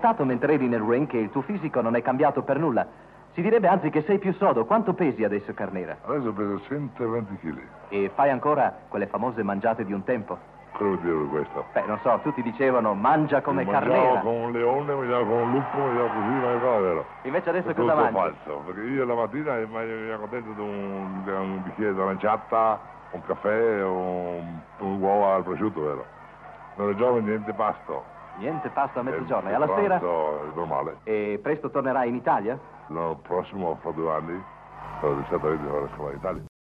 notato mentre eri nel ring che il tuo fisico non è cambiato per nulla. Si direbbe anzi che sei più sodo. Quanto pesi adesso, Carnera? Adesso peso 120 kg. E fai ancora quelle famose mangiate di un tempo? Cosa vuol dire questo? Beh, non so, tutti dicevano mangia come Mangiavo Carnera. con un leone, mangiavo con un lupo, mangiavo così, ma non è vero. Invece adesso È cosa tutto mangi? falso, perché io la mattina mi accontento di un bicchiere di aranciata, un caffè o un uovo al prosciutto, vero? Non giorno niente pasto. Niente pasto a mezzogiorno. E alla sera? È normale. E presto tornerai in Italia? L'anno prossimo, fra 2 anni, sono iniziato a fare la scuola in Italia.